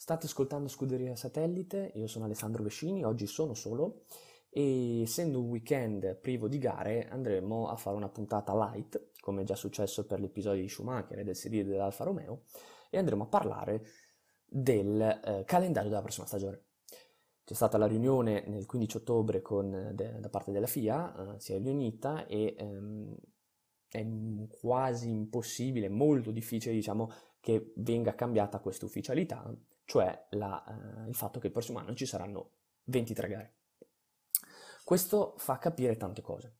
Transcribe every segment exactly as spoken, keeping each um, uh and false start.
State ascoltando Scuderia Satellite, io sono Alessandro Vescini, oggi sono solo e essendo un weekend privo di gare andremo a fare una puntata light, come è già successo per l'episodio di Schumacher e del sedile dell'Alfa Romeo, e andremo a parlare del eh, calendario della prossima stagione. C'è stata la riunione nel quindici ottobre con, de, da parte della F I A, eh, si è riunita e ehm, è quasi impossibile, molto difficile diciamo che venga cambiata questa ufficialità, cioè la, eh, il fatto che il prossimo anno ci saranno ventitré gare. Questo fa capire tante cose.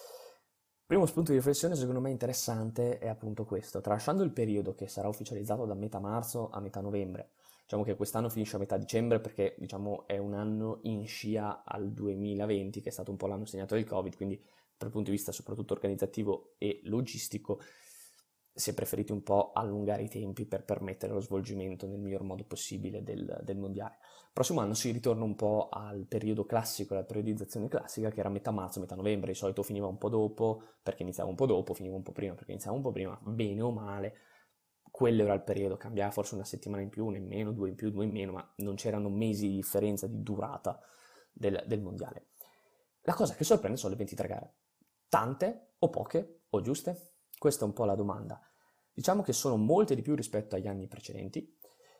Primo spunto di riflessione secondo me interessante è appunto questo, tralasciando il periodo che sarà ufficializzato da metà marzo a metà novembre. Diciamo che quest'anno finisce a metà dicembre perché diciamo è un anno in scia al duemilaventi, che è stato un po' l'anno segnato del Covid, quindi dal punto di vista soprattutto organizzativo e logistico si è preferito un po' allungare i tempi per permettere lo svolgimento nel miglior modo possibile del, del mondiale. Il prossimo anno si ritorna un po' al periodo classico, alla periodizzazione classica, che era metà marzo, metà novembre. Di solito finiva un po' dopo, perché iniziava un po' dopo, finiva un po' prima, perché iniziava un po' prima, bene o male. Quello era il periodo, cambiava forse una settimana in più, una in meno, due in più, due in meno, ma non c'erano mesi di differenza di durata del, del mondiale. La cosa che sorprende sono le ventitré gare. Tante o poche o giuste? Questa è un po' la domanda. Diciamo che sono molte di più rispetto agli anni precedenti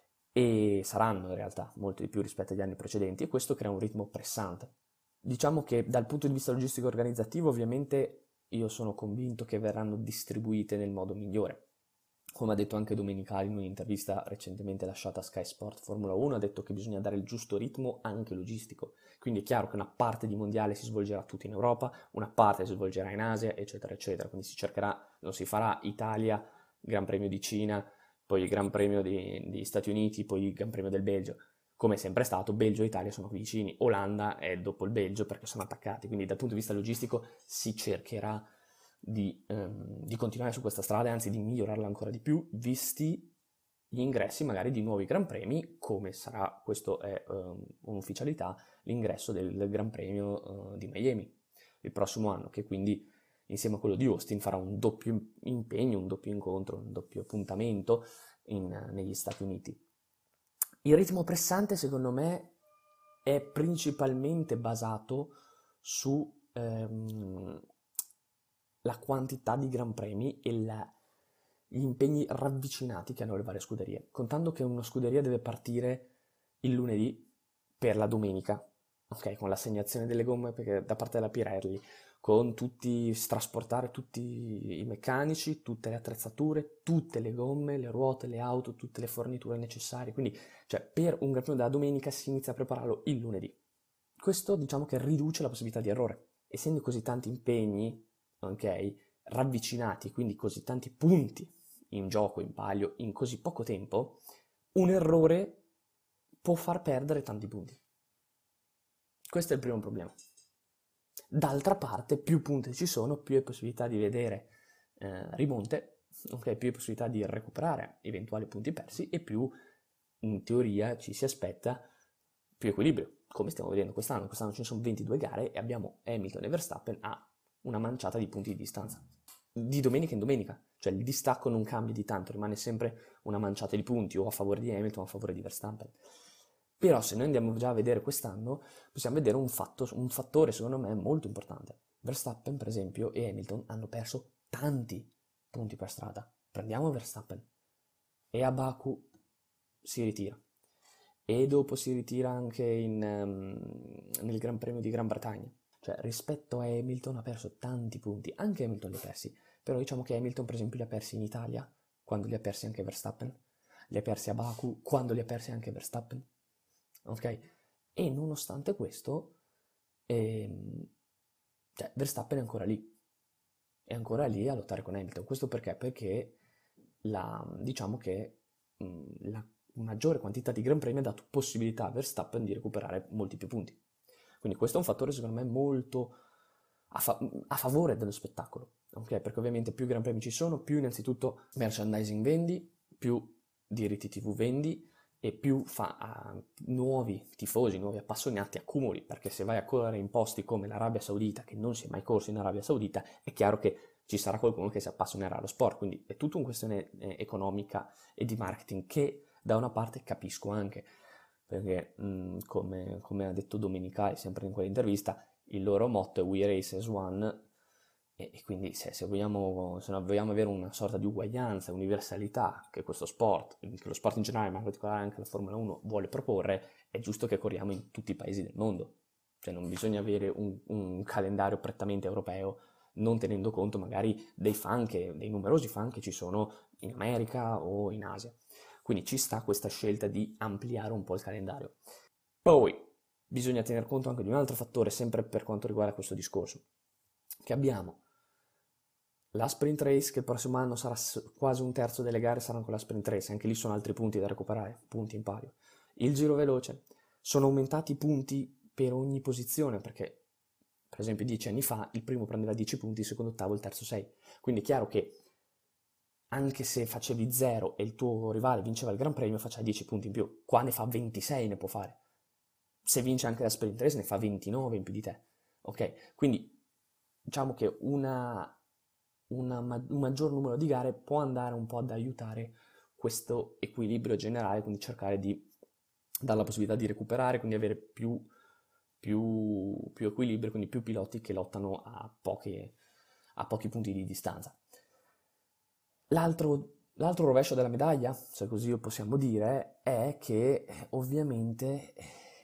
e saranno in realtà molte di più rispetto agli anni precedenti e questo crea un ritmo pressante. Diciamo che dal punto di vista logistico e organizzativo ovviamente io sono convinto che verranno distribuite nel modo migliore. Come ha detto anche Domenicali in un'intervista recentemente lasciata a Sky Sport Formula uno, ha detto che bisogna dare il giusto ritmo anche logistico. Quindi è chiaro che una parte di mondiale si svolgerà tutta in Europa, una parte si svolgerà in Asia, eccetera, eccetera. Quindi si cercherà, non si farà Italia, Gran Premio di Cina, poi il Gran Premio degli Stati Uniti, poi il Gran Premio del Belgio. Come è sempre stato, Belgio e Italia sono vicini, Olanda è dopo il Belgio perché sono attaccati. Quindi dal punto di vista logistico si cercherà Di, ehm, di continuare su questa strada e anzi di migliorarla ancora di più, visti gli ingressi magari di nuovi Gran Premi, come sarà, questo è um, un'ufficialità, l'ingresso del Gran Premio uh, di Miami il prossimo anno, che quindi insieme a quello di Austin farà un doppio impegno, un doppio incontro, un doppio appuntamento in, negli Stati Uniti. Il ritmo pressante secondo me è principalmente basato su ehm, la quantità di Gran Premi e la, gli impegni ravvicinati che hanno le varie scuderie, contando che una scuderia deve partire il lunedì per la domenica, ok, con l'assegnazione delle gomme perché, da parte della Pirelli, con tutti, trasportare tutti i meccanici, tutte le attrezzature, tutte le gomme, le ruote, le auto, tutte le forniture necessarie, quindi cioè, per un Gran Premio della domenica si inizia a prepararlo il lunedì. Questo diciamo che riduce la possibilità di errore. Essendo così tanti impegni, ok, ravvicinati, quindi così tanti punti in gioco, in palio, in così poco tempo, un errore può far perdere tanti punti. Questo è il primo problema. D'altra parte, più punti ci sono, più è possibilità di vedere eh, rimonte, ok, più è possibilità di recuperare eventuali punti persi e più, in teoria, ci si aspetta più equilibrio, come stiamo vedendo quest'anno. Quest'anno ce ne sono ventidue gare e abbiamo Hamilton e Verstappen a una manciata di punti di distanza, di domenica in domenica, cioè il distacco non cambia di tanto, rimane sempre una manciata di punti o a favore di Hamilton o a favore di Verstappen. Però se noi andiamo già a vedere quest'anno, possiamo vedere un, fatto, un fattore secondo me molto importante. Verstappen per esempio e Hamilton hanno perso tanti punti per strada. Prendiamo Verstappen e a Baku si ritira e dopo si ritira anche in, um, nel Gran Premio di Gran Bretagna. Cioè, rispetto a Hamilton ha perso tanti punti, anche Hamilton li ha persi, però diciamo che Hamilton per esempio li ha persi in Italia, quando li ha persi anche Verstappen, li ha persi a Baku, quando li ha persi anche Verstappen, ok? E nonostante questo, ehm, cioè, Verstappen è ancora lì, è ancora lì a lottare con Hamilton. Questo perché? Perché la, diciamo che mh, la maggiore quantità di Gran Premi ha dato possibilità a Verstappen di recuperare molti più punti. Quindi questo è un fattore secondo me molto a, fa- a favore dello spettacolo, ok? Perché ovviamente più Gran Premi ci sono, più innanzitutto merchandising vendi, più diritti tivù vendi e più fa a nuovi tifosi, nuovi appassionati accumuli, perché se vai a correre in posti come l'Arabia Saudita, che non si è mai corso in Arabia Saudita, è chiaro che ci sarà qualcuno che si appassionerà allo sport, quindi è tutta una questione eh, economica e di marketing che Da una parte capisco anche, perché mh, come, come ha detto Domenicali sempre in quell'intervista, il loro motto è We Race as One, e, e quindi se, se vogliamo, se vogliamo avere una sorta di uguaglianza, universalità che questo sport, che lo sport in generale, ma in particolare anche la Formula uno vuole proporre, è giusto che corriamo in tutti i paesi del mondo. Cioè non bisogna avere un, un calendario prettamente europeo, non tenendo conto magari dei fan che, dei numerosi fan che ci sono in America o in Asia. Quindi ci sta questa scelta di ampliare un po' il calendario. Poi bisogna tener conto anche di un altro fattore, sempre per quanto riguarda questo discorso, che abbiamo la sprint race, che il prossimo anno sarà quasi un terzo delle gare saranno con la sprint race, anche lì sono altri punti da recuperare, punti in palio. Il giro veloce, sono aumentati i punti per ogni posizione, perché per esempio dieci anni fa il primo prendeva dieci punti, il secondo ottavo, il terzo sei. Quindi è chiaro che anche se facevi zero e il tuo rivale vinceva il Gran Premio, faceva dieci punti in più. Qua ne fa ventisei, ne può fare. Se vince anche la sprint race ne fa ventinove in più di te. Ok? Quindi diciamo che una, una, un maggior numero di gare può andare un po' ad aiutare questo equilibrio generale, quindi cercare di dare la possibilità di recuperare, quindi avere più, più, più equilibrio, quindi più piloti che lottano a, poche, a pochi punti di distanza. L'altro, l'altro rovescio della medaglia, se così possiamo dire, è che ovviamente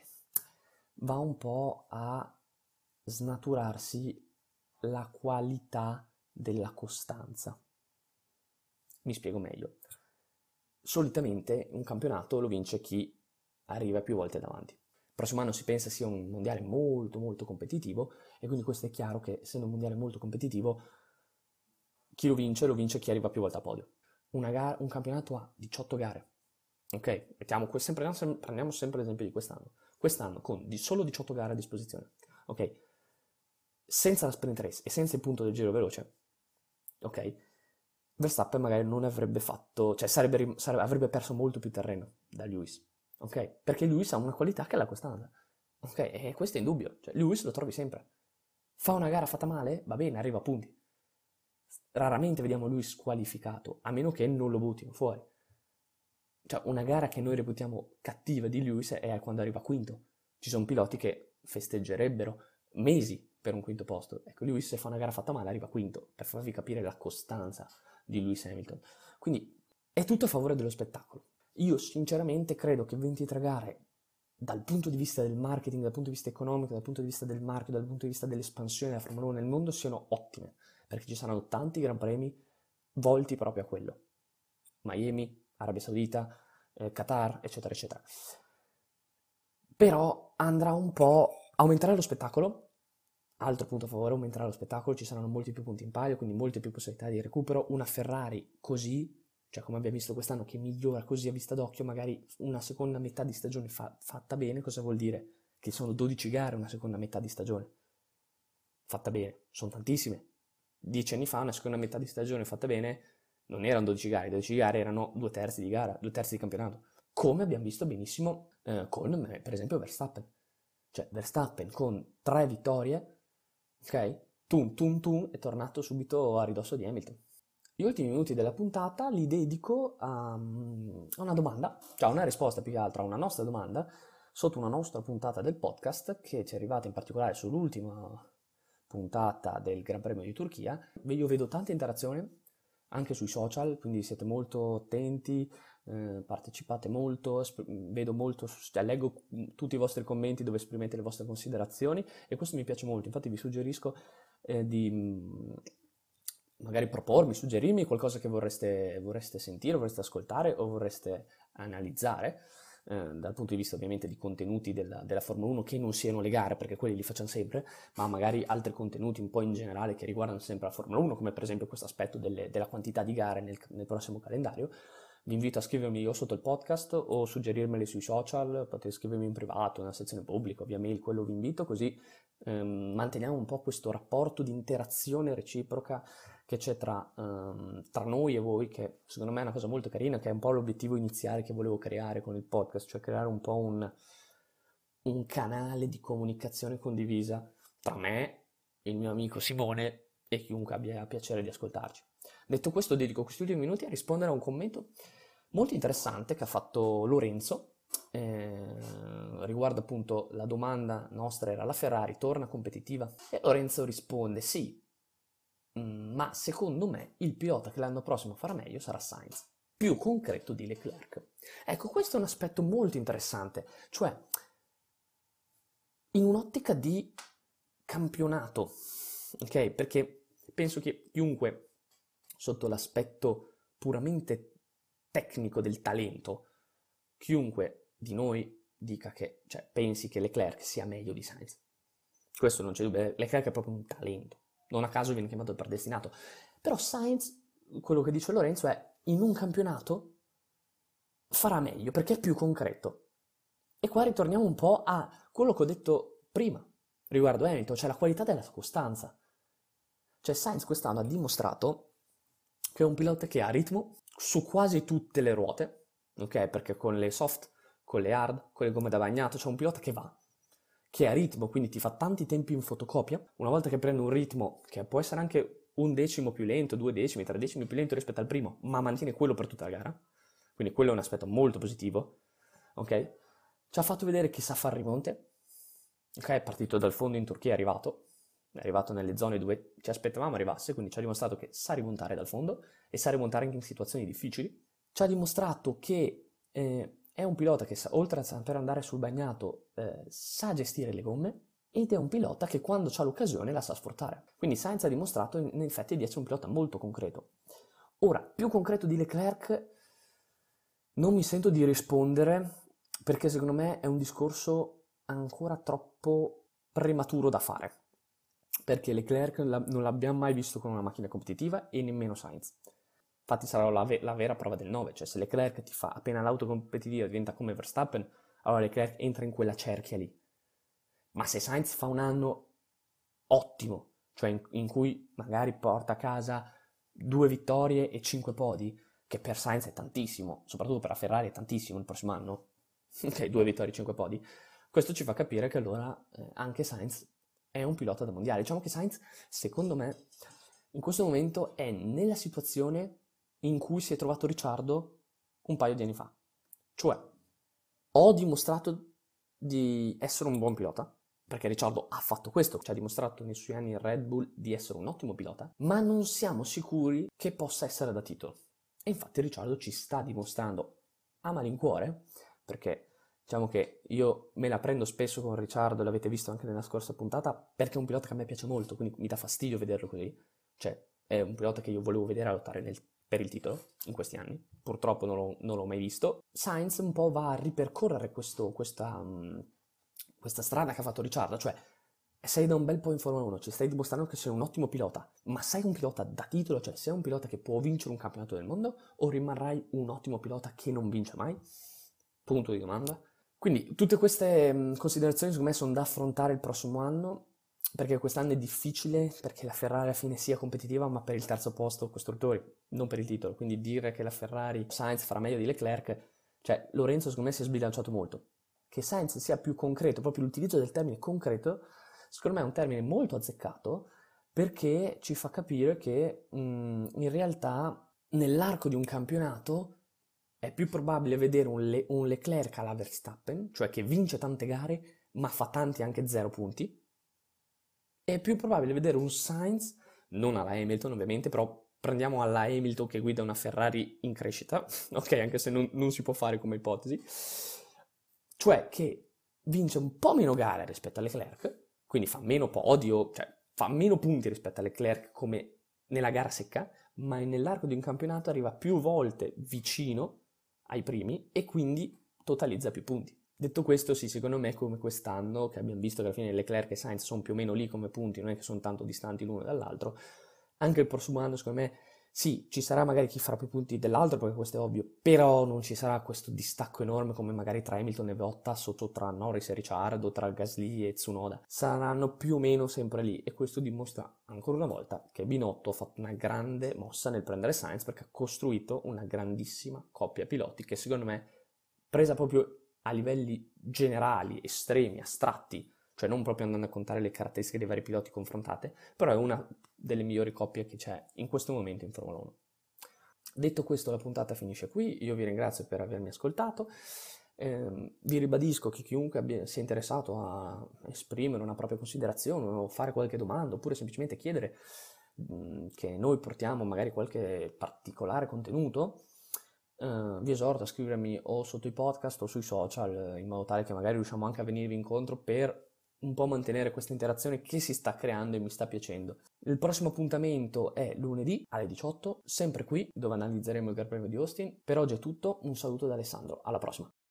va un po' a snaturarsi la qualità della costanza. Mi spiego meglio. Solitamente un campionato lo vince chi arriva più volte davanti. Il prossimo anno si pensa sia un mondiale molto molto competitivo e quindi questo è chiaro che essendo un mondiale molto competitivo chi lo vince lo vince chi arriva più volte a podio. Una gara, un campionato ha diciotto gare. Ok, mettiamo, sempre, prendiamo sempre l'esempio di quest'anno. Quest'anno con di solo diciotto gare a disposizione. Ok, senza la sprint race e senza il punto del giro veloce, ok, Verstappen magari non avrebbe fatto, cioè sarebbe, sarebbe, avrebbe perso molto più terreno da Lewis, ok? Perché Lewis ha una qualità che è la costanza, ok? E questo è indubbio, cioè Lewis lo trovi sempre. Fa una gara fatta male, va bene, arriva a punti. Raramente vediamo Lewis squalificato, a meno che non lo buttino fuori. Cioè una gara che noi reputiamo cattiva di Lewis è quando arriva quinto. Ci sono piloti che festeggerebbero mesi per un quinto posto. Ecco, Lewis se fa una gara fatta male arriva quinto, per farvi capire la costanza di Lewis Hamilton. Quindi è tutto a favore dello spettacolo. Io sinceramente credo che ventitré gare, dal punto di vista del marketing, dal punto di vista economico, dal punto di vista del marchio, dal punto di vista dell'espansione della Formula uno nel mondo, siano ottime, perché ci saranno tanti gran premi volti proprio a quello. Miami, Arabia Saudita, eh, Qatar, eccetera, eccetera. Però andrà un po', aumenterà lo spettacolo. Altro punto a favore, aumenterà lo spettacolo, ci saranno molti più punti in palio, quindi molte più possibilità di recupero. Una Ferrari così, cioè come abbiamo visto quest'anno, che migliora così a vista d'occhio, magari una seconda metà di stagione fa- fatta bene, cosa vuol dire? Che sono dodici gare una seconda metà di stagione. Fatta bene, sono tantissime. Dieci anni fa una seconda metà di stagione fatta bene non erano dodici gare, dodici gare erano due terzi di gara, due terzi di campionato. Come abbiamo visto benissimo eh, con, per esempio, Verstappen. Cioè, Verstappen con tre vittorie, ok? Tum, tum, tum, è tornato subito a ridosso di Hamilton. Gli ultimi minuti della puntata li dedico a, a una domanda, cioè a una risposta più che altro a una nostra domanda, sotto una nostra puntata del podcast, che ci è arrivata in particolare sull'ultima puntata del Gran Premio di Turchia. Io vedo tante interazioni, anche sui social, quindi siete molto attenti, eh, partecipate molto, esp- vedo molto, cioè, leggo tutti i vostri commenti dove esprimete le vostre considerazioni e questo mi piace molto, infatti vi suggerisco eh, di mh, magari propormi, suggerirmi qualcosa che vorreste, vorreste sentire, vorreste ascoltare o vorreste analizzare. Eh, dal punto di vista ovviamente di contenuti della, della Formula uno che non siano le gare, perché quelli li facciamo sempre, ma magari altri contenuti un po' in generale che riguardano sempre la Formula uno, come per esempio questo aspetto delle, della quantità di gare nel, nel prossimo calendario. Vi invito a scrivermi o sotto il podcast o suggerirmeli sui social, potete scrivermi in privato, nella sezione pubblica, via mail, quello vi invito, così ehm, manteniamo un po' questo rapporto di interazione reciproca che c'è tra, um, tra noi e voi, che secondo me è una cosa molto carina, che è un po' l'obiettivo iniziale che volevo creare con il podcast, cioè creare un po' un, un canale di comunicazione condivisa tra me, il mio amico Simone e chiunque abbia piacere di ascoltarci. Detto questo, dedico questi ultimi minuti a rispondere a un commento molto interessante che ha fatto Lorenzo, eh, riguardo appunto la domanda nostra era: la Ferrari torna competitiva? E Lorenzo risponde sì, mm, ma secondo me il pilota che l'anno prossimo farà meglio sarà Sainz, più concreto di Leclerc. Ecco, questo è un aspetto molto interessante, cioè in un'ottica di campionato, ok? Perché penso che chiunque sotto l'aspetto puramente tecnico del talento, chiunque di noi dica che, cioè, pensi che Leclerc sia meglio di Sainz. Questo non c'è dubbio, Leclerc è proprio un talento, non a caso viene chiamato il predestinato. Però Sainz, quello che dice Lorenzo è, in un campionato farà meglio perché è più concreto. E qua ritorniamo un po' a quello che ho detto prima riguardo Hamilton, cioè la qualità della costanza. Cioè Sainz quest'anno ha dimostrato che è un pilota che ha ritmo su quasi tutte le ruote, ok? Perché con le soft, con le hard, con le gomme da bagnato, c'è un pilota che va, che ha ritmo, quindi ti fa tanti tempi in fotocopia. Una volta che prende un ritmo che può essere anche un decimo più lento, due decimi, tre decimi più lento rispetto al primo, ma mantiene quello per tutta la gara, quindi quello è un aspetto molto positivo, ok? Ci ha fatto vedere che sa far rimonte, ok? È partito dal fondo in Turchia, è arrivato, è arrivato nelle zone dove ci aspettavamo arrivasse, quindi ci ha dimostrato che sa rimontare dal fondo e sa rimontare anche in situazioni difficili. Ci ha dimostrato che eh, è un pilota che, sa, oltre a saper andare sul bagnato, eh, sa gestire le gomme, ed è un pilota che quando ha l'occasione la sa sfruttare. Quindi Sainz ha dimostrato in, in effetti di essere un pilota molto concreto. Ora, più concreto di Leclerc non mi sento di rispondere, perché secondo me è un discorso ancora troppo prematuro da fare, perché Leclerc non l'abbiamo mai visto con una macchina competitiva e nemmeno Sainz. Infatti sarà la, ve- la vera prova del nove, cioè se Leclerc ti fa appena l'auto competitiva diventa come Verstappen, allora Leclerc entra in quella cerchia lì. Ma se Sainz fa un anno ottimo, cioè in, in cui magari porta a casa due vittorie e cinque podi, che per Sainz è tantissimo, soprattutto per la Ferrari è tantissimo il prossimo anno, ok, due vittorie e cinque podi, questo ci fa capire che allora eh, anche Sainz è un pilota da mondiale. Diciamo che Sainz, secondo me, in questo momento è nella situazione in cui si è trovato Ricciardo un paio di anni fa. Cioè, ho dimostrato di essere un buon pilota, perché Ricciardo ha fatto questo, ci ha dimostrato nei suoi anni in Red Bull di essere un ottimo pilota, ma non siamo sicuri che possa essere da titolo. E infatti Ricciardo ci sta dimostrando a malincuore, perché diciamo che io me la prendo spesso con Ricciardo, l'avete visto anche nella scorsa puntata, perché è un pilota che a me piace molto, quindi mi dà fastidio vederlo così. Cioè, è un pilota che io volevo vedere a lottare nel, per il titolo in questi anni. Purtroppo non l'ho, non l'ho mai visto. Sainz un po' va a ripercorrere questo, questa, um, questa strada che ha fatto Ricciardo, cioè sei da un bel po' in Formula uno, ci stai dimostrando che sei un ottimo pilota, ma sei un pilota da titolo, cioè sei un pilota che può vincere un campionato del mondo o rimarrai un ottimo pilota che non vince mai? Punto di domanda. Quindi tutte queste mh, considerazioni secondo me sono da affrontare il prossimo anno, perché quest'anno è difficile, perché la Ferrari alla fine sia competitiva, ma per il terzo posto costruttori, non per il titolo. Quindi dire che la Ferrari, Sainz farà meglio di Leclerc, cioè Lorenzo secondo me si è sbilanciato molto. Che Sainz sia più concreto, proprio l'utilizzo del termine concreto, secondo me è un termine molto azzeccato, perché ci fa capire che mh, in realtà nell'arco di un campionato è più probabile vedere un, Le- un Leclerc alla Verstappen, cioè che vince tante gare ma fa tanti anche zero punti. È più probabile vedere un Sainz, non alla Hamilton ovviamente, però prendiamo alla Hamilton che guida una Ferrari in crescita, ok, anche se non, non si può fare come ipotesi, cioè che vince un po' meno gare rispetto a Leclerc, quindi fa meno podio, cioè fa meno punti rispetto a Leclerc come nella gara secca, ma nell'arco di un campionato arriva più volte vicino ai primi e quindi totalizza più punti. Detto questo, sì, secondo me come quest'anno, che abbiamo visto che alla fine Leclerc e Sainz sono più o meno lì come punti, non è che sono tanto distanti l'uno dall'altro, anche il prossimo anno secondo me sì, ci sarà magari chi farà più punti dell'altro, perché questo è ovvio, però non ci sarà questo distacco enorme come magari tra Hamilton e Bottas o tra Norris e Ricciardo, tra Gasly e Tsunoda. Saranno più o meno sempre lì e questo dimostra ancora una volta che Binotto ha fatto una grande mossa nel prendere Sainz perché ha costruito una grandissima coppia piloti che secondo me, presa proprio a livelli generali, estremi, astratti, cioè non proprio andando a contare le caratteristiche dei vari piloti confrontate, però è una delle migliori coppie che c'è in questo momento in Formula uno. Detto questo, la puntata finisce qui, io vi ringrazio per avermi ascoltato. Eh, vi ribadisco che chiunque abbia, sia interessato a esprimere una propria considerazione o fare qualche domanda oppure semplicemente chiedere mh, che noi portiamo magari qualche particolare contenuto, eh, vi esorto a scrivermi o sotto i podcast o sui social, in modo tale che magari riusciamo anche a venirvi incontro per un po' mantenere questa interazione che si sta creando e mi sta piacendo. Il prossimo appuntamento è lunedì alle diciotto, sempre qui dove analizzeremo il Gran Premio di Austin. Per oggi è tutto, un saluto da Alessandro, alla prossima.